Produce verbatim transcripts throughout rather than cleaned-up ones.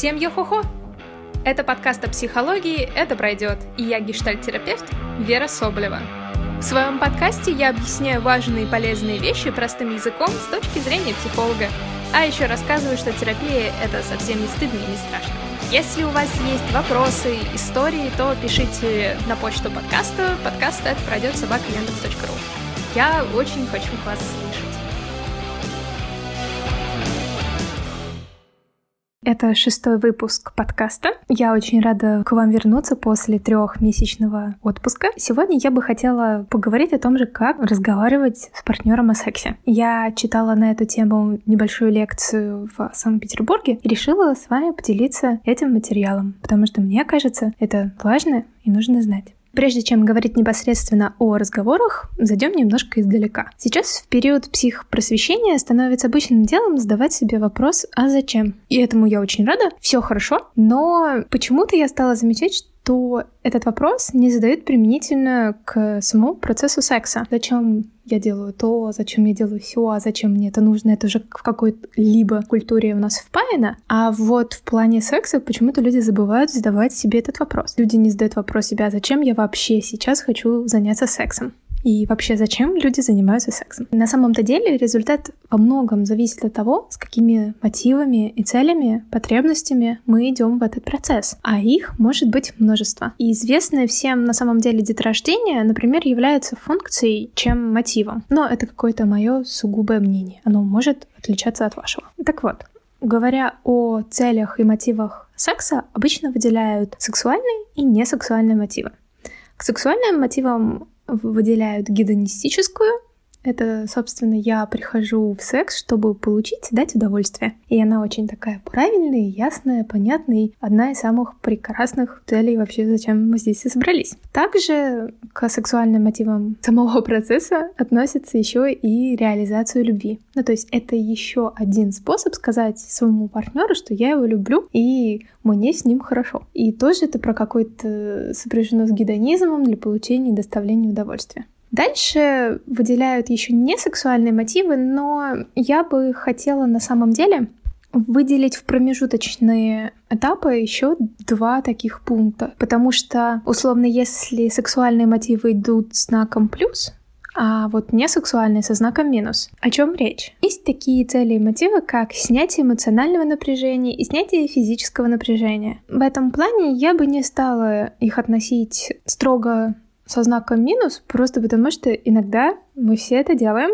Всем йо-хо-хо! Это подкаст о психологии «Это пройдет», и я гештальт-терапевт Вера Соболева. В своем подкасте я объясняю важные и полезные вещи простым языком с точки зрения психолога, а еще рассказываю, что терапия — это совсем не стыдно и не страшно. Если у вас есть вопросы, истории, то пишите на почту подкаста подкаст это пройдет собака яндекс точка ру. Я очень хочу вас слышать. Это шестой выпуск подкаста. Я очень рада к вам вернуться после трехмесячного отпуска. Сегодня я бы хотела поговорить о том же, как разговаривать с партнером о сексе. Я читала на эту тему небольшую лекцию в Санкт-Петербурге и решила с вами поделиться этим материалом, потому что мне кажется, это важно и нужно знать. Прежде чем говорить непосредственно о разговорах, зайдем немножко издалека. Сейчас в период психпросвещения становится обычным делом задавать себе вопрос «а зачем?». И этому я очень рада, все хорошо, но почему-то я стала замечать, что этот вопрос не задают применительно к самому процессу секса. Зачем я делаю то, зачем я делаю все, а зачем мне это нужно, это уже в какой-либо культуре у нас впаяно. А вот в плане секса почему-то люди забывают задавать себе этот вопрос. Люди не задают вопрос себе, а зачем я вообще сейчас хочу заняться сексом? И вообще, зачем люди занимаются сексом? На самом-то деле результат во многом зависит от того, с какими мотивами и целями, потребностями мы идем в этот процесс. А их может быть множество. И известное всем на самом деле деторождение, например, является функцией, чем мотивом. Но это какое-то мое сугубое мнение. Оно может отличаться от вашего. Так вот, говоря о целях и мотивах секса, обычно выделяют сексуальные и несексуальные мотивы. К сексуальным мотивам выделяют гедонистическую. Это, собственно, я прихожу в секс, чтобы получить и дать удовольствие. И она очень такая правильная, ясная, понятная, и одна из самых прекрасных целей вообще, зачем мы здесь и собрались. Также к сексуальным мотивам самого процесса относится еще и реализацию любви. Ну, то есть это еще один способ сказать своему партнеру, что я его люблю, и мне с ним хорошо. И тоже это про какой-то сопряжено с гедонизмом для получения и доставления удовольствия. Дальше выделяют еще не сексуальные мотивы, но я бы хотела на самом деле выделить в промежуточные этапы еще два таких пункта. Потому что, условно, если сексуальные мотивы идут с знаком плюс, а вот несексуальные со знаком минус. О чем речь? Есть такие цели и мотивы, как снятие эмоционального напряжения и снятие физического напряжения. В этом плане я бы не стала их относить строго со знаком минус, просто потому что иногда мы все это делаем,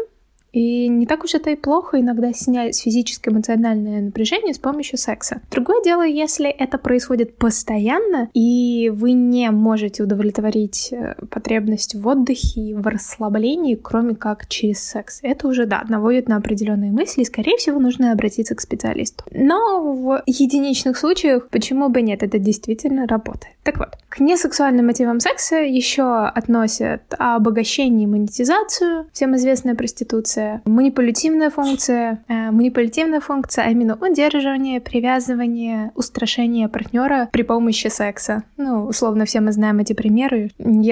и не так уж это и плохо иногда снять физическое эмоциональное напряжение с помощью секса. Другое дело, если это происходит постоянно, и вы не можете удовлетворить потребность в отдыхе и в расслаблении, кроме как через секс. Это уже, да, наводит на определенные мысли, и, скорее всего, нужно обратиться к специалисту. Но в единичных случаях, почему бы нет, это действительно работает. Так вот, к несексуальным мотивам секса еще относят обогащение и монетизацию, всем известная проституция, манипулятивная функция, э, манипулятивная функция, а именно удерживание, привязывание, устрашение партнера при помощи секса. Ну, условно, все мы знаем эти примеры.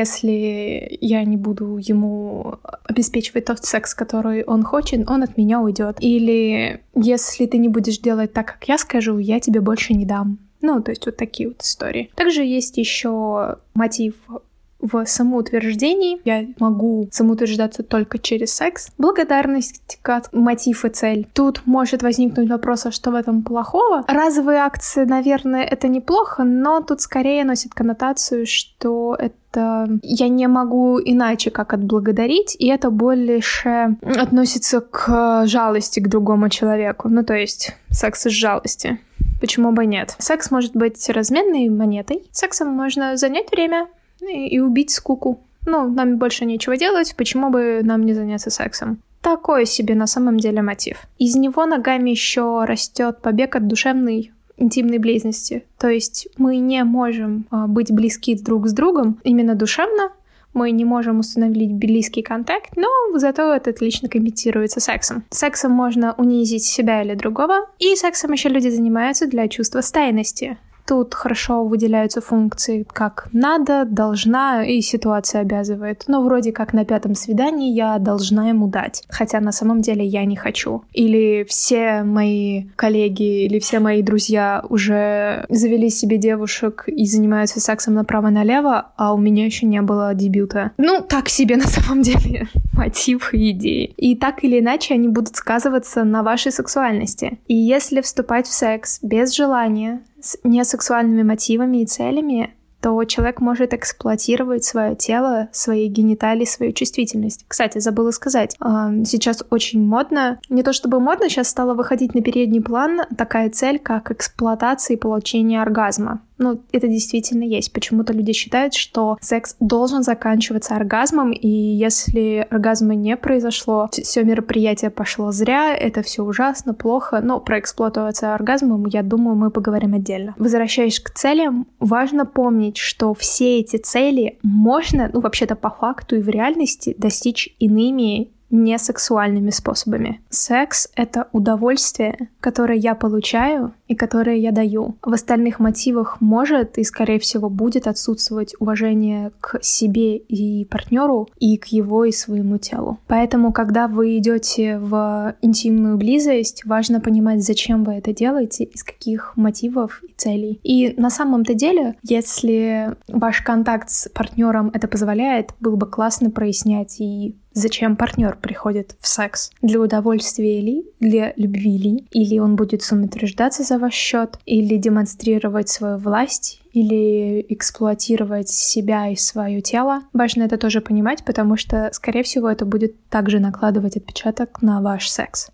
Если я не буду ему обеспечивать тот секс, который он хочет, он от меня уйдет. Или если ты не будешь делать так, как я скажу, я тебе больше не дам. Ну, то есть вот такие вот истории. Также есть еще мотив в самоутверждении. Я могу самоутверждаться только через секс. Благодарность как мотив и цель. Тут может возникнуть вопрос, а что в этом плохого? Разовые акции, наверное, это неплохо, но тут скорее носит коннотацию, что это я не могу иначе как отблагодарить, и это больше относится к жалости к другому человеку. Ну, то есть секс из жалости. Почему бы нет? Секс может быть разменной монетой. Сексом можно занять время и убить скуку. Ну, нам больше нечего делать, почему бы нам не заняться сексом? Такой себе на самом деле мотив. Из него ногами еще растет побег от душевной интимной близости. То есть мы не можем быть близки друг с другом именно душевно, мы не можем установить близкий контакт, но зато это отлично компенсируется сексом. Сексом можно унизить себя или другого, и сексом еще люди занимаются для чувства стайности. Тут хорошо выделяются функции как «надо», «должна» и «ситуация обязывает». Ну, вроде как на пятом свидании я должна ему дать, хотя на самом деле я не хочу. Или все мои коллеги или все мои друзья уже завели себе девушек и занимаются сексом направо-налево, а у меня еще не было дебюта. Ну, так себе на самом деле мотив и идеи. И так или иначе они будут сказываться на вашей сексуальности. И если вступать в секс без желания, с несексуальными мотивами и целями, то человек может эксплуатировать свое тело, свои гениталии, свою чувствительность. Кстати, забыла сказать, сейчас очень модно, не то чтобы модно, сейчас стала выходить на передний план такая цель, как эксплуатация и получение оргазма. Ну, это действительно есть. Почему-то люди считают, что секс должен заканчиваться оргазмом, и если оргазма не произошло, все мероприятие пошло зря, это все ужасно, плохо. Но про эксплуатацию оргазмом, я думаю, мы поговорим отдельно. Возвращаясь к целям, важно помнить, что все эти цели можно, ну, вообще-то по факту и в реальности достичь иными несексуальными способами. Секс — это удовольствие, которое я получаю и которое я даю. В остальных мотивах может и, скорее всего, будет отсутствовать уважение к себе и партнеру, и к его и своему телу. Поэтому, когда вы идете в интимную близость, важно понимать, зачем вы это делаете, из каких мотивов и целей. И на самом-то деле, если ваш контакт с партнером это позволяет, было бы классно прояснять и зачем партнер приходит в секс. Для удовольствия ли, для любви ли, или он будет самоутверждаться за ваш счет, или демонстрировать свою власть, или эксплуатировать себя и свое тело. Важно это тоже понимать, потому что, скорее всего, это будет также накладывать отпечаток на ваш секс.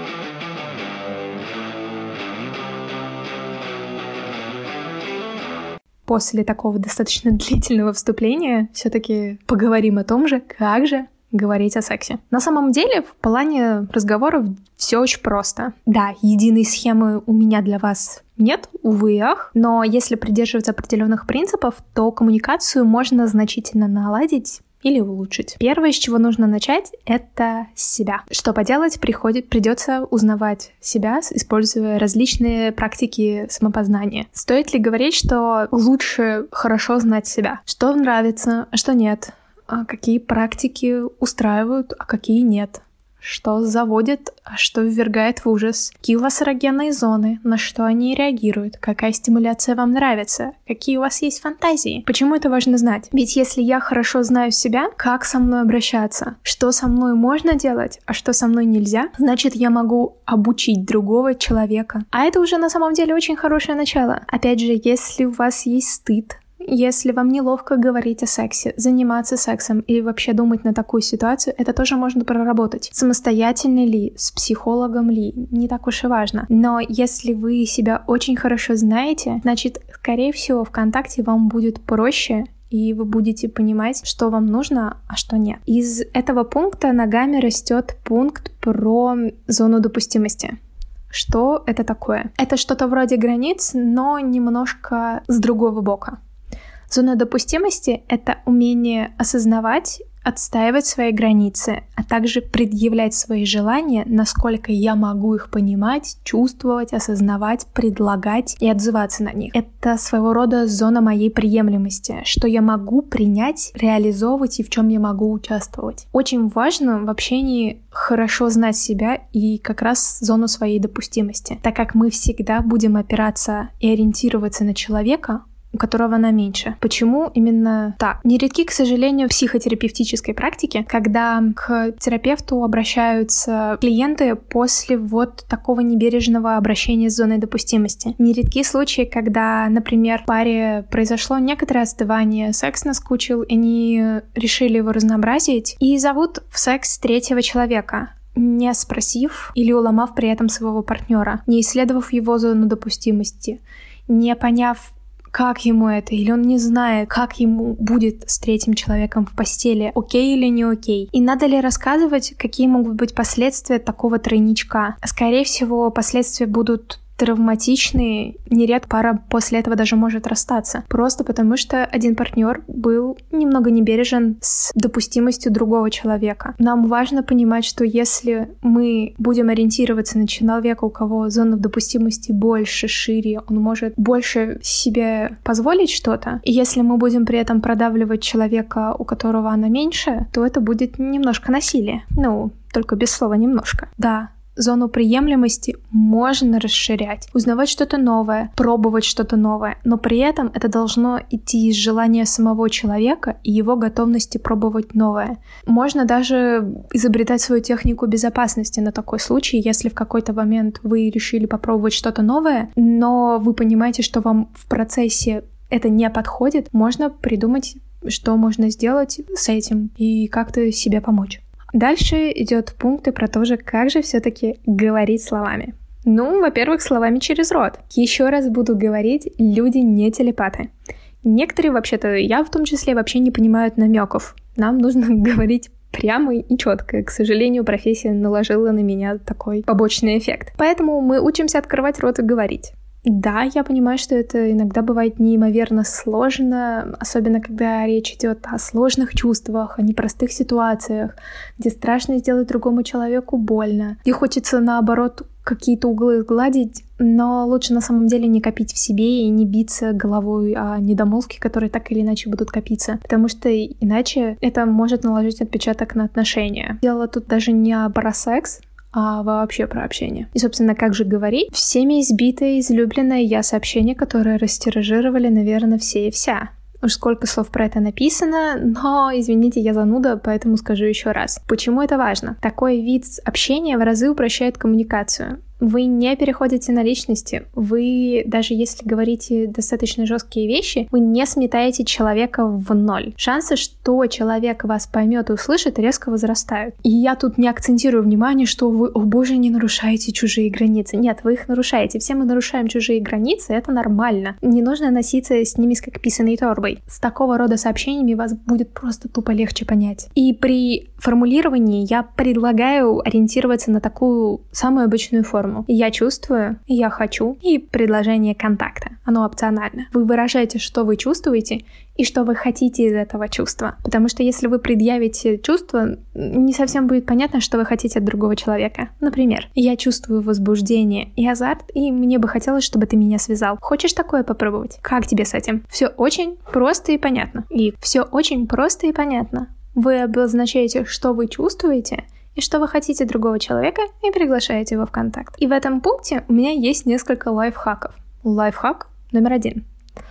После такого достаточно длительного вступления все-таки поговорим о том же, как же говорить о сексе. На самом деле, в плане разговоров все очень просто. Да, единой схемы у меня для вас нет, увы и ах, но если придерживаться определенных принципов, то коммуникацию можно значительно наладить или улучшить. Первое, с чего нужно начать, это с себя. Что поделать, приходит, придется узнавать себя, используя различные практики самопознания. Стоит ли говорить, что лучше хорошо знать себя? Что нравится, а что нет? Какие практики устраивают, а какие нет? Что заводит, а что ввергает в ужас? Какие у вас эрогенные зоны? На что они реагируют? Какая стимуляция вам нравится? Какие у вас есть фантазии? Почему это важно знать? Ведь если я хорошо знаю себя, как со мной обращаться, что со мной можно делать, а что со мной нельзя, значит, я могу обучить другого человека. А это уже на самом деле очень хорошее начало. Опять же, если у вас есть стыд, если вам неловко говорить о сексе, заниматься сексом или вообще думать на такую ситуацию, это тоже можно проработать. Самостоятельно ли, с психологом ли, не так уж и важно. Но если вы себя очень хорошо знаете, значит, скорее всего, ВКонтакте вам будет проще, и вы будете понимать, что вам нужно, а что нет. Из этого пункта ногами растет пункт про зону допустимости. Что это такое? Это что-то вроде границ, но немножко с другого бока. Зона допустимости — это умение осознавать, отстаивать свои границы, а также предъявлять свои желания, насколько я могу их понимать, чувствовать, осознавать, предлагать и отзываться на них. Это своего рода зона моей приемлемости, что я могу принять, реализовывать и в чем я могу участвовать. Очень важно в общении хорошо знать себя и как раз зону своей допустимости, так как мы всегда будем опираться и ориентироваться на человека, у которого она меньше. Почему именно так? Нередки, к сожалению, в психотерапевтической практике, когда к терапевту обращаются клиенты после вот такого небережного обращения с зоной допустимости. Нередки случаи, когда, например, в паре произошло некоторое остывание, секс наскучил, и они решили его разнообразить и зовут в секс третьего человека, не спросив или уломав при этом своего партнера, не исследовав его зону допустимости, не поняв, как ему это, или он не знает, как ему будет с третьим человеком в постели, окей или не окей. И надо ли рассказывать, какие могут быть последствия такого тройничка? Скорее всего, последствия будут травматичные. Нередко пара после этого даже может расстаться. Просто потому, что один партнер был немного небережен с допустимостью другого человека. Нам важно понимать, что если мы будем ориентироваться на человека, у кого зона допустимости больше, шире, он может больше себе позволить что-то, и если мы будем при этом продавливать человека, у которого она меньше, то это будет немножко насилие. Ну, только без слова «немножко». Да, зону приемлемости можно расширять, узнавать что-то новое, пробовать что-то новое, но при этом это должно идти из желания самого человека и его готовности пробовать новое. Можно даже изобретать свою технику безопасности на такой случай, если в какой-то момент вы решили попробовать что-то новое, но вы понимаете, что вам в процессе это не подходит, можно придумать, что можно сделать с этим и как-то себе помочь. Дальше идет пункты про то же, как же все-таки говорить словами. Ну, во-первых, словами через рот. Еще раз буду говорить, люди не телепаты. Некоторые, вообще-то, я в том числе, вообще не понимают намеков. Нам нужно говорить прямо и четко. К сожалению, профессия наложила на меня такой побочный эффект. Поэтому мы учимся открывать рот и говорить. Да, я понимаю, что это иногда бывает неимоверно сложно, особенно когда речь идет о сложных чувствах, о непростых ситуациях, где страшно сделать другому человеку больно, где хочется, наоборот, какие-то углы сгладить, но лучше на самом деле не копить в себе и не биться головой о недомолвки, которые так или иначе будут копиться, потому что иначе это может наложить отпечаток на отношения. Дело тут даже не про секс, а вообще про общение. И, собственно, как же говорить? Всеми избитое, излюбленное я-сообщение, которое растиражировали, наверное, все и вся. Уж сколько слов про это написано, но, извините, я зануда, поэтому скажу еще раз. Почему это важно? Такой вид общения в разы упрощает коммуникацию. Вы не переходите на личности, вы, даже если говорите достаточно жесткие вещи, вы не сметаете человека в ноль. Шансы, что человек вас поймет и услышит, резко возрастают. И я тут не акцентирую внимание, что вы, о боже, не нарушаете чужие границы. Нет, вы их нарушаете. Все мы нарушаем чужие границы, это нормально. Не нужно носиться с ними с как писаной торбой. С такого рода сообщениями вас будет просто тупо легче понять. И при формулировании я предлагаю ориентироваться на такую самую обычную форму. Я чувствую, я хочу, и предложение контакта. Оно опционально. Вы выражаете, что вы чувствуете и что вы хотите из этого чувства. Потому что если вы предъявите чувство, не совсем будет понятно, что вы хотите от другого человека. Например, я чувствую возбуждение и азарт, и мне бы хотелось, чтобы ты меня связал. Хочешь такое попробовать? Как тебе с этим? Все очень просто и понятно. И все очень просто и понятно. Вы обозначаете, что вы чувствуете, и что вы хотите другого человека, и приглашаете его в контакт. И в этом пункте у меня есть несколько лайфхаков. Лайфхак номер один.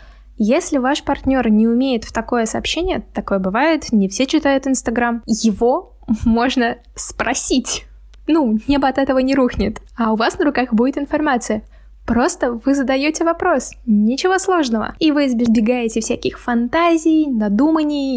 Если ваш партнер не умеет в такое сообщение, такое бывает, не все читают Инстаграм, его можно спросить. Ну, небо от этого не рухнет, а у вас на руках будет информация. Просто вы задаете вопрос, ничего сложного. И вы избегаете всяких фантазий, надуманий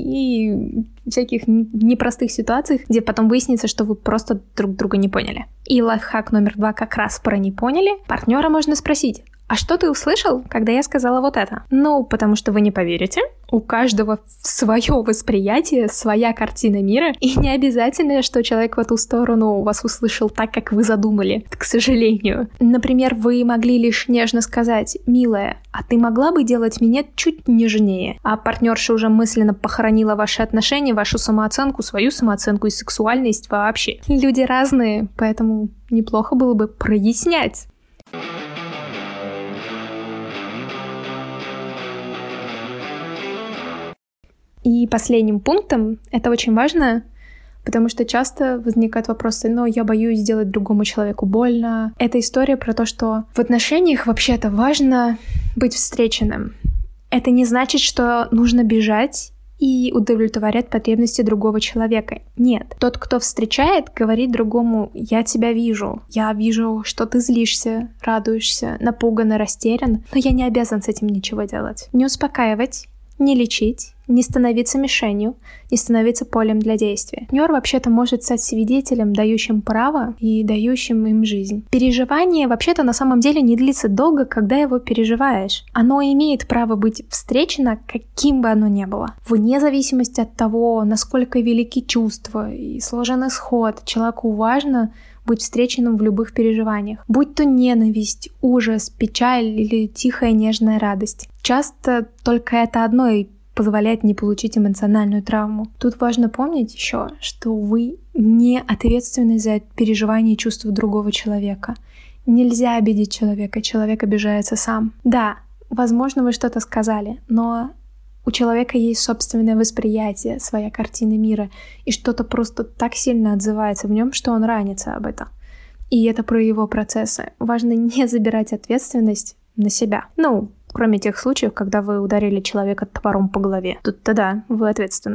и всяких непростых ситуаций, где потом выяснится, что вы просто друг друга не поняли. И лайфхак номер два как раз про «не поняли». Партнера можно спросить: а что ты услышал, когда я сказала вот это? Ну, потому что вы не поверите. У каждого свое восприятие, своя картина мира. И не обязательно, что человек в эту сторону вас услышал так, как вы задумали, к сожалению. Например, вы могли лишь нежно сказать: «Милая, а ты могла бы делать меня чуть нежнее?» А партнерша уже мысленно похоронила ваши отношения, вашу самооценку, свою самооценку и сексуальность вообще. Люди разные, поэтому неплохо было бы прояснять. И последним пунктом, это очень важно, потому что часто возникают вопросы: но я боюсь сделать другому человеку больно. Это история про то, что в отношениях вообще-то важно быть встреченным. Это не значит, что нужно бежать и удовлетворять потребности другого человека. Нет. Тот, кто встречает, говорит другому: я тебя вижу, я вижу, что ты злишься, радуешься, напуган и растерян, но я не обязан с этим ничего делать. Не успокаивать, не лечить, не становиться мишенью, не становиться полем для действия. Партнер вообще-то может стать свидетелем, дающим право и дающим им жизнь. Переживание вообще-то на самом деле не длится долго, когда его переживаешь. Оно имеет право быть встречено, каким бы оно ни было. Вне зависимости от того, насколько велики чувства и сложен исход, человеку важно быть встреченным в любых переживаниях. Будь то ненависть, ужас, печаль или тихая нежная радость. Часто только это одно и позволяет не получить эмоциональную травму. Тут важно помнить еще, что вы не ответственны за переживания и чувства другого человека. Нельзя обидеть человека, человек обижается сам. Да, возможно, вы что-то сказали, но у человека есть собственное восприятие, своя картина мира, и что-то просто так сильно отзывается в нем, что он ранится об этом. И это про его процессы. Важно не забирать ответственность на себя. Ну, кроме тех случаев, когда вы ударили человека топором по голове. Тут-то да, вы ответственны.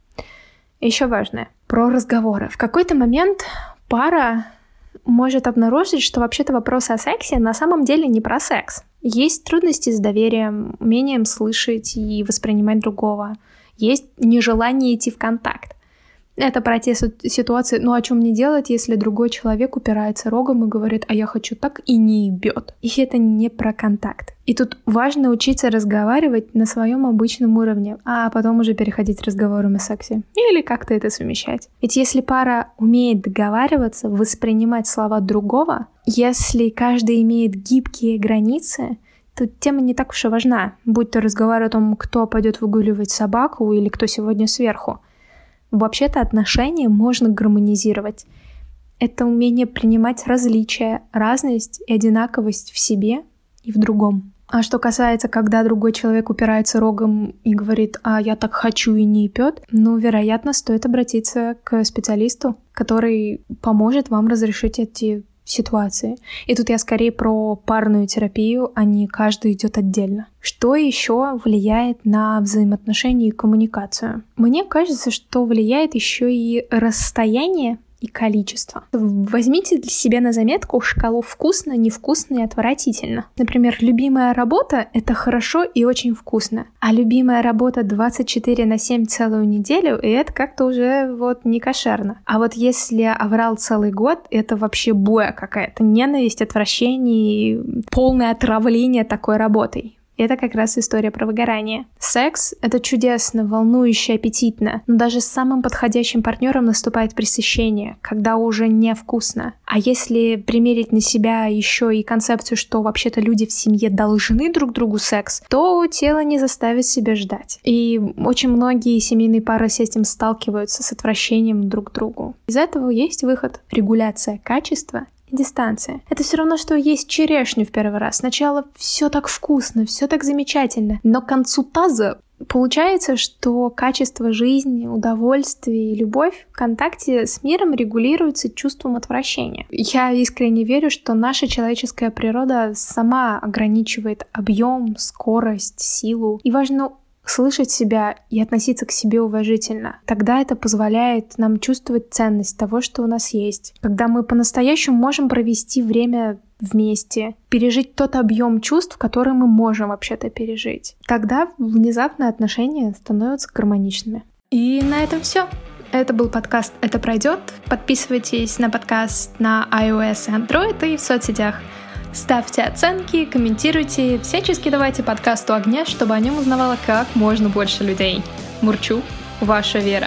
Еще важное. Про разговоры. В какой-то момент пара может обнаружить, что вообще-то вопросы о сексе на самом деле не про секс. Есть трудности с доверием, умением слышать и воспринимать другого. Есть нежелание идти в контакт. Это про те ситуации, ну а что мне делать, если другой человек упирается рогом и говорит, а я хочу так, и не ебет. И это не про контакт. И тут важно учиться разговаривать на своем обычном уровне, а потом уже переходить к разговорам о сексе. Или как-то это совмещать. Ведь если пара умеет договариваться, воспринимать слова другого, если каждый имеет гибкие границы, то тема не так уж и важна. Будь то разговор о том, кто пойдет выгуливать собаку или кто сегодня сверху. Вообще-то отношения можно гармонизировать. Это умение принимать различия, разность и одинаковость в себе и в другом. А что касается, когда другой человек упирается рогом и говорит, а я так хочу и не епет, ну, вероятно, стоит обратиться к специалисту, который поможет вам разрешить эти ситуации. И тут я скорее про парную терапию, а не каждый идет отдельно. Что еще влияет на взаимоотношения и коммуникацию? Мне кажется, что влияет еще и расстояние и количество. Возьмите для себя на заметку шкалу вкусно, невкусно и отвратительно. Например, любимая работа — это хорошо и очень вкусно, а любимая работа двадцать четыре на семь целую неделю — и это как-то уже вот не кошерно. А вот если оврал целый год, это вообще буя какая-то, ненависть, отвращение и полное отравление такой работой. Это как раз история про выгорание. Секс — это чудесно, волнующе, аппетитно, но даже с самым подходящим партнером наступает пресыщение, когда уже невкусно. А если примерить на себя еще и концепцию, что вообще-то люди в семье должны друг другу секс, то тело не заставит себя ждать. И очень многие семейные пары с этим сталкиваются, с отвращением друг к другу. Из этого есть выход — регуляция качества и дистанция. Это все равно, что есть черешню в первый раз. Сначала все так вкусно, все так замечательно, но к концу таза получается, что качество жизни, удовольствие и любовь в контакте с миром регулируется чувством отвращения. Я искренне верю, что наша человеческая природа сама ограничивает объем, скорость, силу. И важно слышать себя и относиться к себе уважительно. Тогда это позволяет нам чувствовать ценность того, что у нас есть. Когда мы по-настоящему можем провести время вместе, пережить тот объем чувств, который мы можем вообще-то пережить. Тогда внезапно отношения становятся гармоничными. И на этом все. Это был подкаст «Это пройдет». Подписывайтесь на подкаст на iOS и Android и в соцсетях. Ставьте оценки, комментируйте, всячески давайте подкасту огня, чтобы о нем узнавало как можно больше людей. Мурчу, ваша Вера.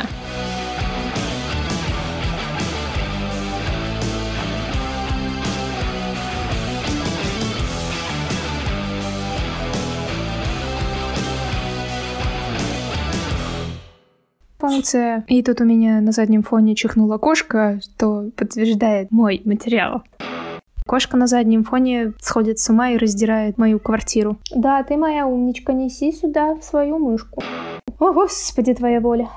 Функция. И тут у меня на заднем фоне чихнула кошка, что подтверждает мой материал. Кошка на заднем фоне сходит с ума и раздирает мою квартиру. Да, ты моя умничка, неси сюда свою мышку. О, Господи, твоя воля.